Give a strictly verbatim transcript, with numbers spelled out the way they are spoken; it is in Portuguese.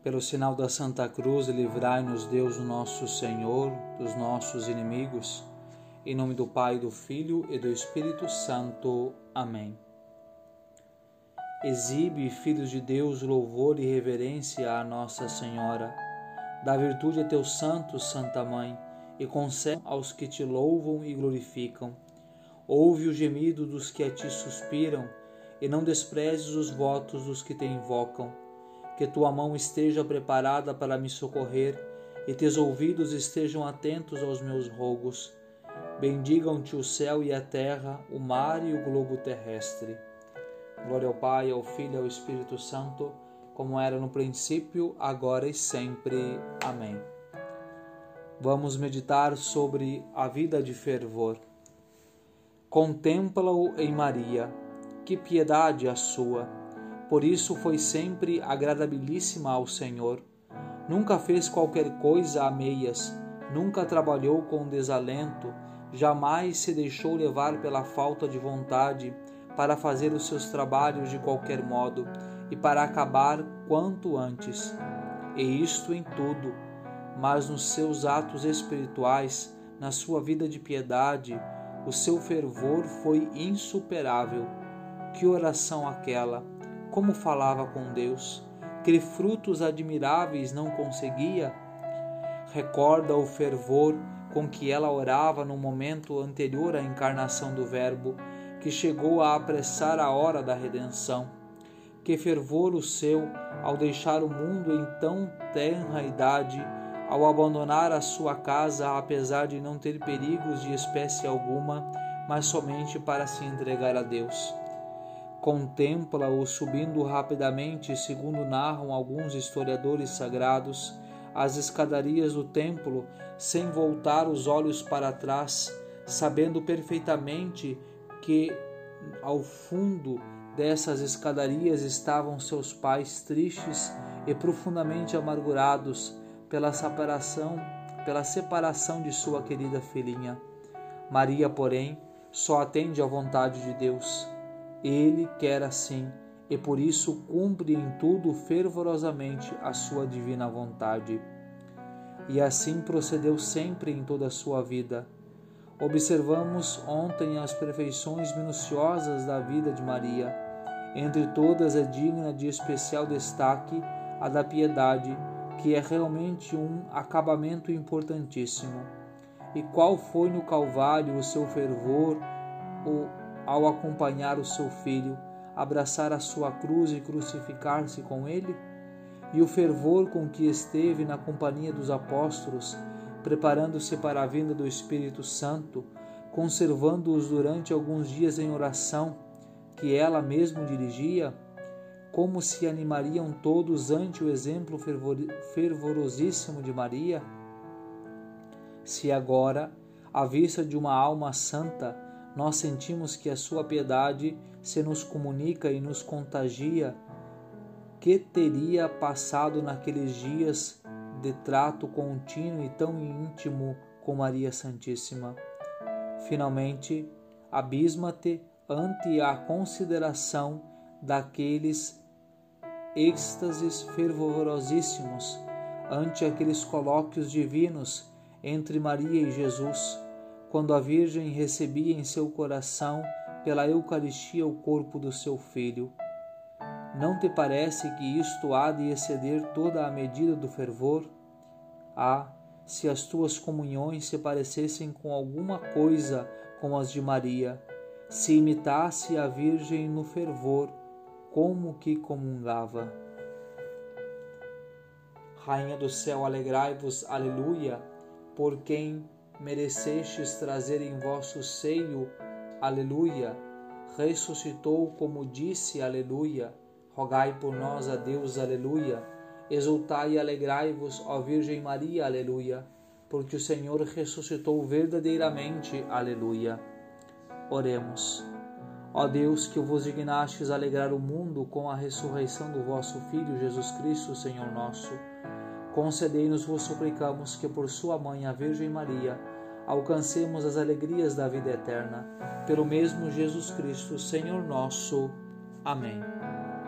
Pelo sinal da Santa Cruz, livrai-nos Deus nosso Senhor dos nossos inimigos. Em nome do Pai, do Filho e do Espírito Santo. Amém. Exibe, filhos de Deus, louvor e reverência à Nossa Senhora. Dá virtude a teus santos, Santa Mãe, e concede aos que te louvam e glorificam. Ouve o gemido dos que a ti suspiram, e não desprezes os votos dos que te invocam. Que tua mão esteja preparada para me socorrer, e teus ouvidos estejam atentos aos meus rogos. Bendigam-te o céu e a terra, o mar e o globo terrestre. Glória ao Pai, ao Filho e ao Espírito Santo, como era no princípio, agora e sempre. Amém. Vamos meditar sobre a vida de fervor. Contempla-o em Maria, que piedade a sua! Por isso foi sempre agradabilíssima ao Senhor. Nunca fez qualquer coisa a meias, nunca trabalhou com desalento, jamais se deixou levar pela falta de vontade para fazer os seus trabalhos de qualquer modo e para acabar quanto antes. E isto em tudo, mas nos seus atos espirituais, na sua vida de piedade, o seu fervor foi insuperável. Que oração aquela! Como falava com Deus! Que frutos admiráveis não conseguia! Recorda o fervor com que ela orava no momento anterior à encarnação do Verbo, que chegou a apressar a hora da redenção. Que fervor o seu ao deixar o mundo em tão tenra idade, ao abandonar a sua casa, apesar de não ter perigos de espécie alguma, mas somente para se entregar a Deus. Contempla-o subindo rapidamente, segundo narram alguns historiadores sagrados, as escadarias do templo, sem voltar os olhos para trás, sabendo perfeitamente que ao fundo dessas escadarias estavam seus pais tristes e profundamente amargurados pela separação, pela separação de sua querida filhinha. Maria, porém, só atende à vontade de Deus. Ele quer assim, e por isso cumpre em tudo fervorosamente a sua divina vontade. E assim procedeu sempre em toda a sua vida. Observamos ontem as perfeições minuciosas da vida de Maria. Entre todas é digna de especial destaque a da piedade, que é realmente um acabamento importantíssimo. E qual foi no Calvário o seu fervor ao acompanhar o seu filho, abraçar a sua cruz e crucificar-se com ele? E o fervor com que esteve na companhia dos apóstolos, preparando-se para a vinda do Espírito Santo, conservando-os durante alguns dias em oração, que ela mesma dirigia? Como se animariam todos ante o exemplo fervor, fervorosíssimo de Maria? Se agora, à vista de uma alma santa, nós sentimos que a sua piedade se nos comunica e nos contagia, que teria passado naqueles dias de trato contínuo e tão íntimo com Maria Santíssima? Finalmente, abisma-te ante a consideração daqueles êxtases fervorosíssimos, ante aqueles colóquios divinos entre Maria e Jesus, quando a Virgem recebia em seu coração pela Eucaristia o corpo do seu Filho. Não te parece que isto há de exceder toda a medida do fervor? Ah, se as tuas comunhões se parecessem com alguma coisa com as de Maria, se imitasse a Virgem no fervor, como que comungava. Rainha do céu, alegrai-vos, aleluia, por quem merecestes trazer em vosso seio, aleluia, ressuscitou como disse, aleluia, rogai por nós a Deus, aleluia, exultai e alegrai-vos, ó Virgem Maria, aleluia, porque o Senhor ressuscitou verdadeiramente, aleluia. Oremos. Ó Deus, que vos dignastes alegrar o mundo com a ressurreição do vosso Filho Jesus Cristo, Senhor nosso, concedei-nos, vos suplicamos, que por sua mãe, a Virgem Maria, alcancemos as alegrias da vida eterna. Pelo mesmo Jesus Cristo, Senhor nosso. Amém.